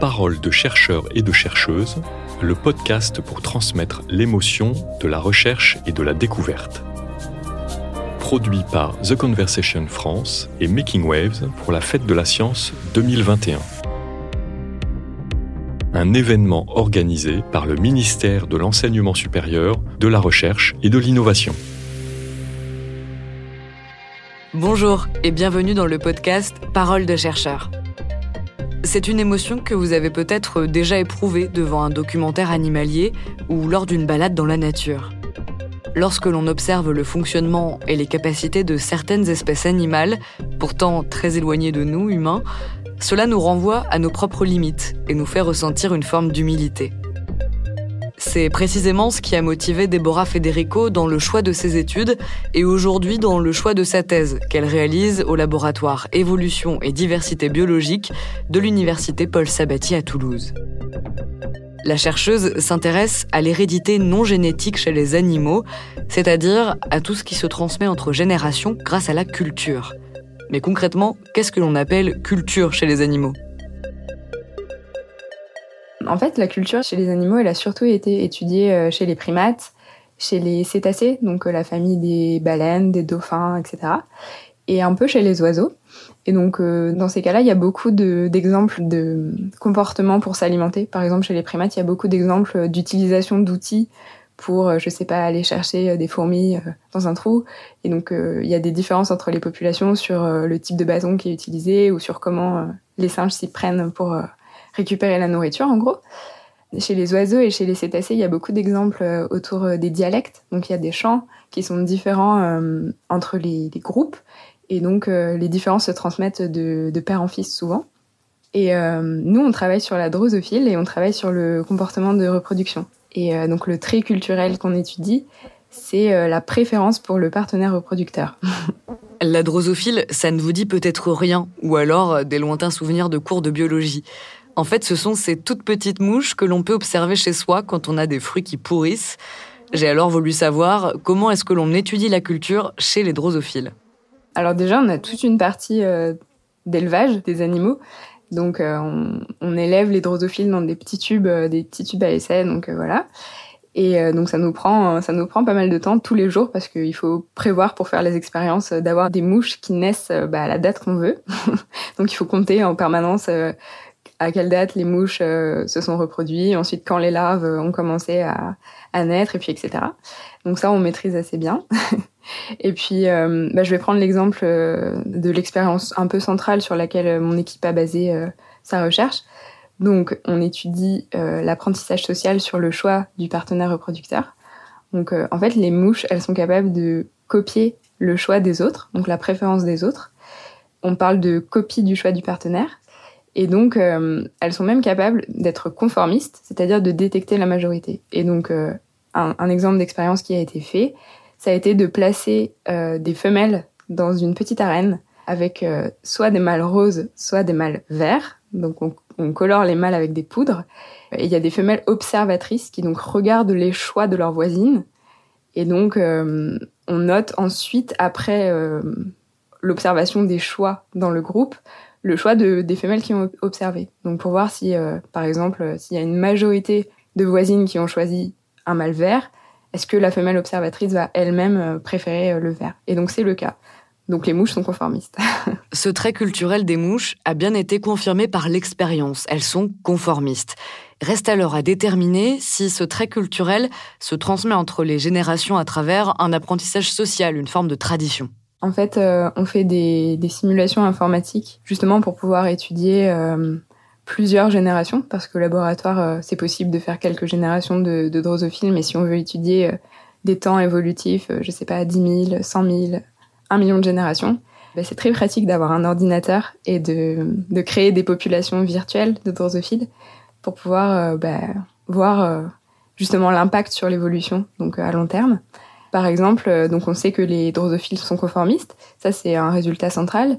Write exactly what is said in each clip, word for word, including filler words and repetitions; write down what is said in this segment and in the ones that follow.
Paroles de chercheurs et de chercheuses, le podcast pour transmettre l'émotion de la recherche et de la découverte. Produit par The Conversation France et Making Waves pour la Fête de la Science deux mille vingt et un. Un événement organisé par le ministère de l'Enseignement supérieur, de la Recherche et de l'Innovation. Bonjour et bienvenue dans le podcast Paroles de chercheurs. C'est une émotion que vous avez peut-être déjà éprouvée devant un documentaire animalier ou lors d'une balade dans la nature. Lorsque l'on observe le fonctionnement et les capacités de certaines espèces animales, pourtant très éloignées de nous, humains, cela nous renvoie à nos propres limites et nous fait ressentir une forme d'humilité. C'est précisément ce qui a motivé Deborah Federico dans le choix de ses études et aujourd'hui dans le choix de sa thèse qu'elle réalise au laboratoire Évolution et Diversité biologique de l'Université Paul Sabatier à Toulouse. La chercheuse s'intéresse à l'hérédité non génétique chez les animaux, c'est-à-dire à tout ce qui se transmet entre générations grâce à la culture. Mais concrètement, qu'est-ce que l'on appelle culture chez les animaux ? En fait, la culture chez les animaux, elle a surtout été étudiée chez les primates, chez les cétacés, donc la famille des baleines, des dauphins, et cetera, et un peu chez les oiseaux. Et donc, euh, dans ces cas-là, il y a beaucoup de, d'exemples de comportements pour s'alimenter. Par exemple, chez les primates, il y a beaucoup d'exemples d'utilisation d'outils pour, je sais pas, aller chercher des fourmis dans un trou. Et donc, euh, il y a des différences entre les populations sur euh, le type de bâton qui est utilisé ou sur comment euh, les singes s'y prennent pour euh, récupérer la nourriture, en gros. Chez les oiseaux et chez les cétacés, il y a beaucoup d'exemples euh, autour euh, des dialectes. Donc, il y a des chants qui sont différents euh, entre les, les groupes. Et donc, euh, les différences se transmettent de, de père en fils, souvent. Et euh, nous, on travaille sur la drosophile et on travaille sur le comportement de reproduction. Et euh, donc, le trait culturel qu'on étudie, c'est euh, la préférence pour le partenaire reproducteur. La drosophile, ça ne vous dit peut-être rien, ou alors euh, des lointains souvenirs de cours de biologie. En fait, ce sont ces toutes petites mouches que l'on peut observer chez soi quand on a des fruits qui pourrissent. J'ai alors voulu savoir comment est-ce que l'on étudie la culture chez les drosophiles. Alors déjà, on a toute une partie euh, d'élevage des animaux. Donc, euh, on, on élève les drosophiles dans des petits tubes, euh, des petits tubes à essai. Donc euh, voilà. Et euh, donc ça nous prend, ça nous prend pas mal de temps tous les jours parce qu'il faut prévoir pour faire les expériences euh, d'avoir des mouches qui naissent euh, bah, à la date qu'on veut. Donc il faut compter en permanence euh, à quelle date les mouches euh, se sont reproduites, ensuite quand les larves ont commencé à, à naître, et puis et cetera. Donc ça, on maîtrise assez bien. Et puis, euh, bah, je vais prendre l'exemple euh, de l'expérience un peu centrale sur laquelle mon équipe a basé euh, sa recherche. Donc, on étudie euh, l'apprentissage social sur le choix du partenaire reproducteur. Donc, euh, en fait, les mouches, elles sont capables de copier le choix des autres, donc la préférence des autres. On parle de copie du choix du partenaire. Et donc, euh, elles sont même capables d'être conformistes, c'est-à-dire de détecter la majorité. Et donc, euh, un, un exemple d'expérience qui a été fait, ça a été de placer euh, des femelles dans une petite arène avec euh, soit des mâles roses, soit des mâles verts. Donc, on, on colore les mâles avec des poudres. Et il y a des femelles observatrices qui donc regardent les choix de leurs voisines. Et donc, euh, on note ensuite, après euh, l'observation des choix dans le groupe, le choix de, des femelles qui ont observé. Donc pour voir si, euh, par exemple, s'il y a une majorité de voisines qui ont choisi un mâle vert, est-ce que la femelle observatrice va elle-même préférer le vert ? Et donc c'est le cas. Donc les mouches sont conformistes. Ce trait culturel des mouches a bien été confirmé par l'expérience. Elles sont conformistes. Reste alors à déterminer si ce trait culturel se transmet entre les générations à travers un apprentissage social, une forme de tradition. En fait, euh, on fait des, des simulations informatiques, justement pour pouvoir étudier euh, plusieurs générations, parce qu'au laboratoire, euh, c'est possible de faire quelques générations de, de drosophiles, mais si on veut étudier euh, des temps évolutifs, euh, je sais pas, dix mille, cent mille, un million de générations, bah, c'est très pratique d'avoir un ordinateur et de, de créer des populations virtuelles de drosophiles pour pouvoir euh, bah, voir euh, justement l'impact sur l'évolution, donc euh, à long terme. Par exemple, donc on sait que les drosophiles sont conformistes, ça c'est un résultat central.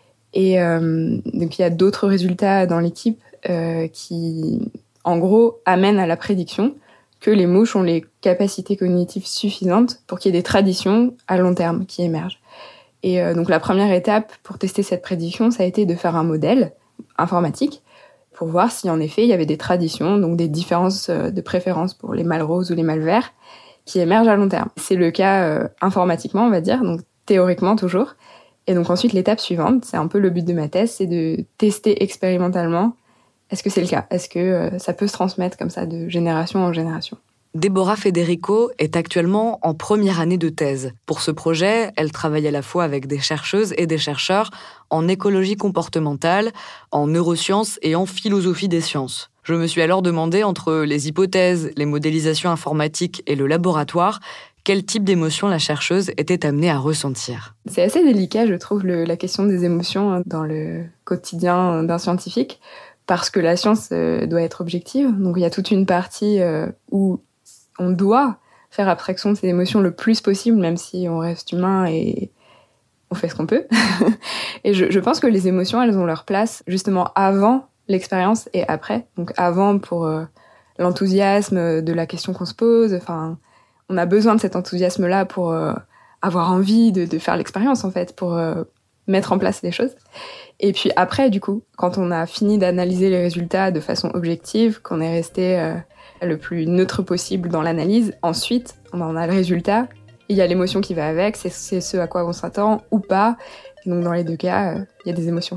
Et euh, donc il y a d'autres résultats dans l'équipe euh, qui, en gros, amènent à la prédiction que les mouches ont les capacités cognitives suffisantes pour qu'il y ait des traditions à long terme qui émergent. Et euh, donc la première étape pour tester cette prédiction, ça a été de faire un modèle informatique pour voir si en effet il y avait des traditions, donc des différences de préférence pour les mâles roses ou les mâles verts, qui émergent à long terme. C'est le cas euh, informatiquement, on va dire, donc théoriquement toujours. Et donc ensuite, l'étape suivante, c'est un peu le but de ma thèse, c'est de tester expérimentalement, est-ce que c'est le cas ? Est-ce que euh, ça peut se transmettre comme ça de génération en génération ? Deborah Federico est actuellement en première année de thèse. Pour ce projet, elle travaille à la fois avec des chercheuses et des chercheurs en écologie comportementale, en neurosciences et en philosophie des sciences. Je me suis alors demandé, entre les hypothèses, les modélisations informatiques et le laboratoire, quel type d'émotion la chercheuse était amenée à ressentir. C'est assez délicat, je trouve, le, la question des émotions dans le quotidien d'un scientifique, parce que la science euh, doit être objective. Donc il y a toute une partie euh, où on doit faire abstraction de ces émotions le plus possible, même si on reste humain et on fait ce qu'on peut. Et je, je pense que les émotions, elles ont leur place justement avant l'expérience et après. Donc avant pour euh, l'enthousiasme de la question qu'on se pose. Enfin, on a besoin de cet enthousiasme-là pour euh, avoir envie de, de faire l'expérience, en fait, pour euh, mettre en place les choses. Et puis après, du coup, quand on a fini d'analyser les résultats de façon objective, qu'on est resté euh, le plus neutre possible dans l'analyse, ensuite, on en a le résultat. Il y a l'émotion qui va avec, c'est, c'est ce à quoi on s'attend ou pas. Et donc dans les deux cas, euh, il y a des émotions.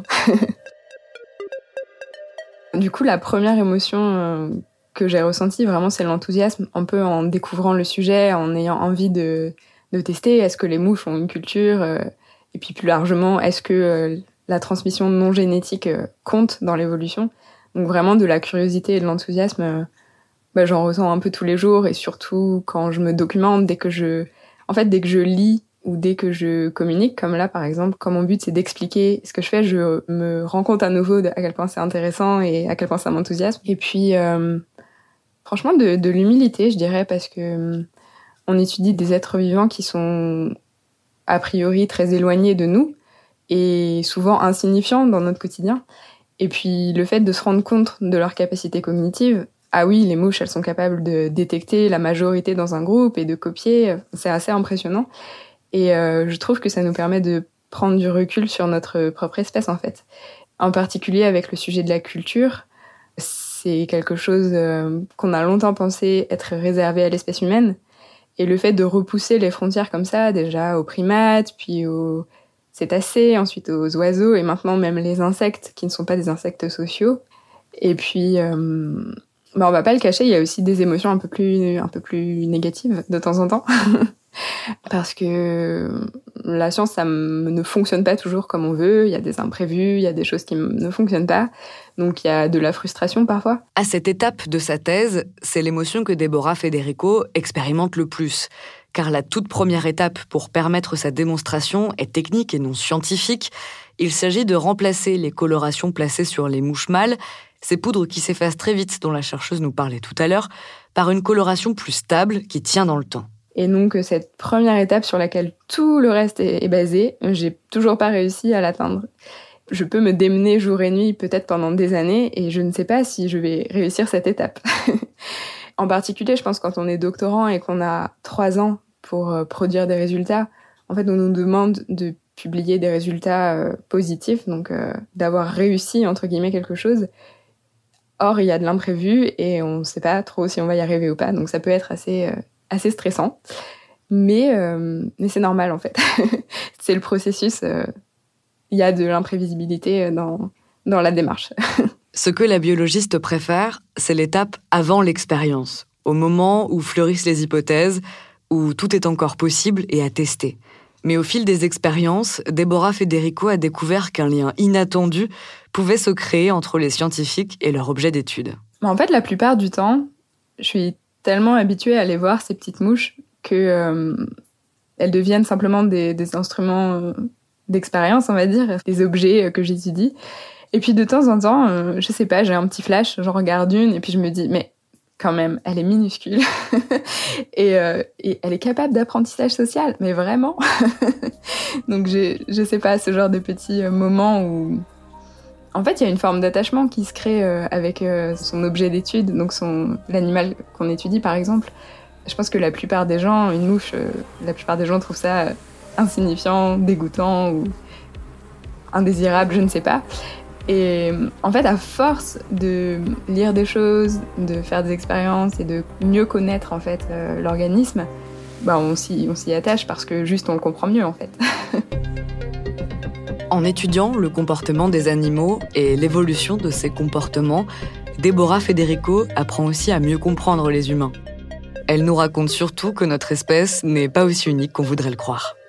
Du coup, la première émotion euh, que j'ai ressentie, vraiment, c'est l'enthousiasme, un peu en découvrant le sujet, en ayant envie de, de tester. Est-ce que les mouches ont une culture euh, et puis plus largement, est-ce que euh, la transmission non génétique euh, compte dans l'évolution ? Donc vraiment de la curiosité et de l'enthousiasme, euh, bah, j'en ressens un peu tous les jours, et surtout quand je me documente, dès que je, en fait, dès que je lis ou dès que je communique, comme là par exemple, quand mon but c'est d'expliquer ce que je fais, je me rends compte à nouveau de à quel point c'est intéressant et à quel point ça m'enthousiasme. Et puis euh, franchement de, de l'humilité, je dirais, parce que euh, on étudie des êtres vivants qui sont a priori très éloignés de nous et souvent insignifiants dans notre quotidien. Et puis le fait de se rendre compte de leur capacité cognitive, ah oui, les mouches, elles sont capables de détecter la majorité dans un groupe et de copier, c'est assez impressionnant. Et euh, je trouve que ça nous permet de prendre du recul sur notre propre espèce, en fait. En particulier avec le sujet de la culture, c'est quelque chose euh, qu'on a longtemps pensé être réservé à l'espèce humaine. Et le fait de repousser les frontières comme ça, déjà aux primates, puis aux cétacés, ensuite aux oiseaux, et maintenant même les insectes, qui ne sont pas des insectes sociaux. Et puis, euh, bah on va pas le cacher, il y a aussi des émotions un peu plus, un peu plus négatives de temps en temps. Parce que la science, ça ne fonctionne pas toujours comme on veut, il y a des imprévus, il y a des choses qui ne fonctionnent pas, donc il y a de la frustration parfois. À cette étape de sa thèse, c'est l'émotion que Deborah Federico expérimente le plus, car la toute première étape pour permettre sa démonstration est technique et non scientifique. Il s'agit de remplacer les colorations placées sur les mouches mâles, ces poudres qui s'effacent très vite dont la chercheuse nous parlait tout à l'heure, par une coloration plus stable qui tient dans le temps. Et donc, cette première étape sur laquelle tout le reste est basé, j'ai toujours pas réussi à l'atteindre. Je peux me démener jour et nuit, peut-être pendant des années, et je ne sais pas si je vais réussir cette étape. En particulier, je pense quand on est doctorant et qu'on a trois ans pour produire des résultats, en fait, on nous demande de publier des résultats euh, positifs, donc euh, d'avoir réussi, entre guillemets, quelque chose. Or, il y a de l'imprévu, et on ne sait pas trop si on va y arriver ou pas, donc ça peut être assez... Euh, assez stressant, mais, euh, mais c'est normal en fait. C'est le processus, il euh, y a de l'imprévisibilité dans, dans la démarche. Ce que la biologiste préfère, c'est l'étape avant l'expérience, au moment où fleurissent les hypothèses, où tout est encore possible et à tester. Mais au fil des expériences, Deborah Federico a découvert qu'un lien inattendu pouvait se créer entre les scientifiques et leur objet d'étude. En fait, la plupart du temps, je suis tellement habituée à aller voir ces petites mouches que euh, elles deviennent simplement des, des instruments euh, d'expérience, on va dire, des objets euh, que j'étudie. Et puis de temps en temps, euh, je sais pas, j'ai un petit flash, j'en regarde une et puis je me dis, mais quand même, elle est minuscule et, euh, et elle est capable d'apprentissage social, mais vraiment. Donc j'ai, je sais pas, ce genre de petits euh, moments où en fait, il y a une forme d'attachement qui se crée euh, avec euh, son objet d'étude, donc son, l'animal qu'on étudie par exemple. Je pense que la plupart des gens, une mouche, euh, la plupart des gens trouvent ça euh, insignifiant, dégoûtant ou indésirable, je ne sais pas. Et en fait, à force de lire des choses, de faire des expériences et de mieux connaître en fait euh, l'organisme, bah on s'y, on s'y attache parce que juste on le comprend mieux en fait. En étudiant le comportement des animaux et l'évolution de ces comportements, Deborah Federico apprend aussi à mieux comprendre les humains. Elle nous raconte surtout que notre espèce n'est pas aussi unique qu'on voudrait le croire.